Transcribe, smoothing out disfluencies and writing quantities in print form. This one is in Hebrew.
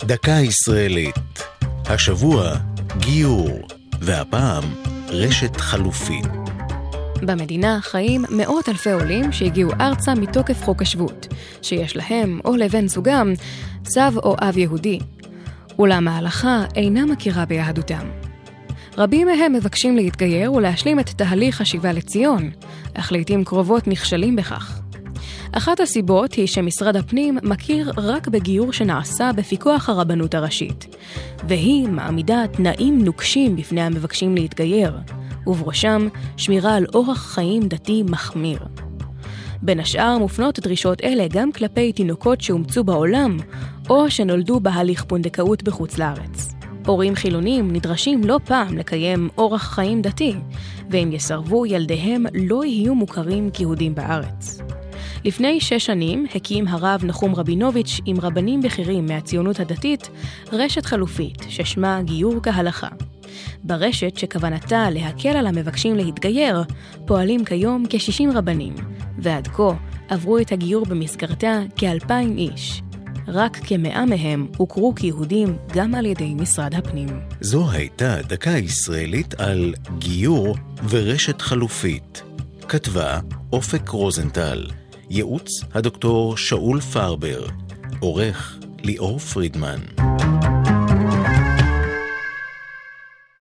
דקה ישראלית. השבוע גיור, והפעם רשת חלופית. במדינה חיים מאות אלפי עולים שהגיעו ארצה מתוקף חוק השבות, שיש להם או לבן זוגם סב או אב יהודי. אולם ההלכה אינה מכירה ביהדותם. רבים מהם מבקשים להתגייר ולהשלים את תהליך השיבה לציון, אך לעתים קרובות נכשלים בכך. אחת הסיבות היא שמשרד הפנים מכיר רק בגיור שנעשה בפיקוח הרבנות הראשית, והיא מעמידה תנאים נוקשים בפני המבקשים להתגייר, ובראשם שמירה על אורח חיים דתי מחמיר. בין השאר מופנות דרישות אלה גם כלפי תינוקות שאומצו בעולם, או שנולדו בהליך פונדקאות בחוץ לארץ. הורים חילונים נדרשים לא פעם לקיים אורח חיים דתי, ואם יסרבו ילדיהם לא יהיו מוכרים כיהודים בארץ. לפני 6 שנים הקים הרב נחום רבינוביץ' עם רבנים בכירים מהציונות הדתית רשת חלופית ששמה גיור כהלכה. ברשת שכוונתה להקל על המבקשים להתגייר פועלים כיום כ-60 רבנים, ועד כה עברו את הגיור במסגרתה כ-2,000 איש. רק כ100 מהם הוכרו כיהודים גם על ידי משרד הפנים. זו הייתה דקה ישראלית על גיור ורשת חלופית. כתבה אופק רוזנטל, ייעוץ הדוקטור שאול פרבר, עורך ליאור פרידמן.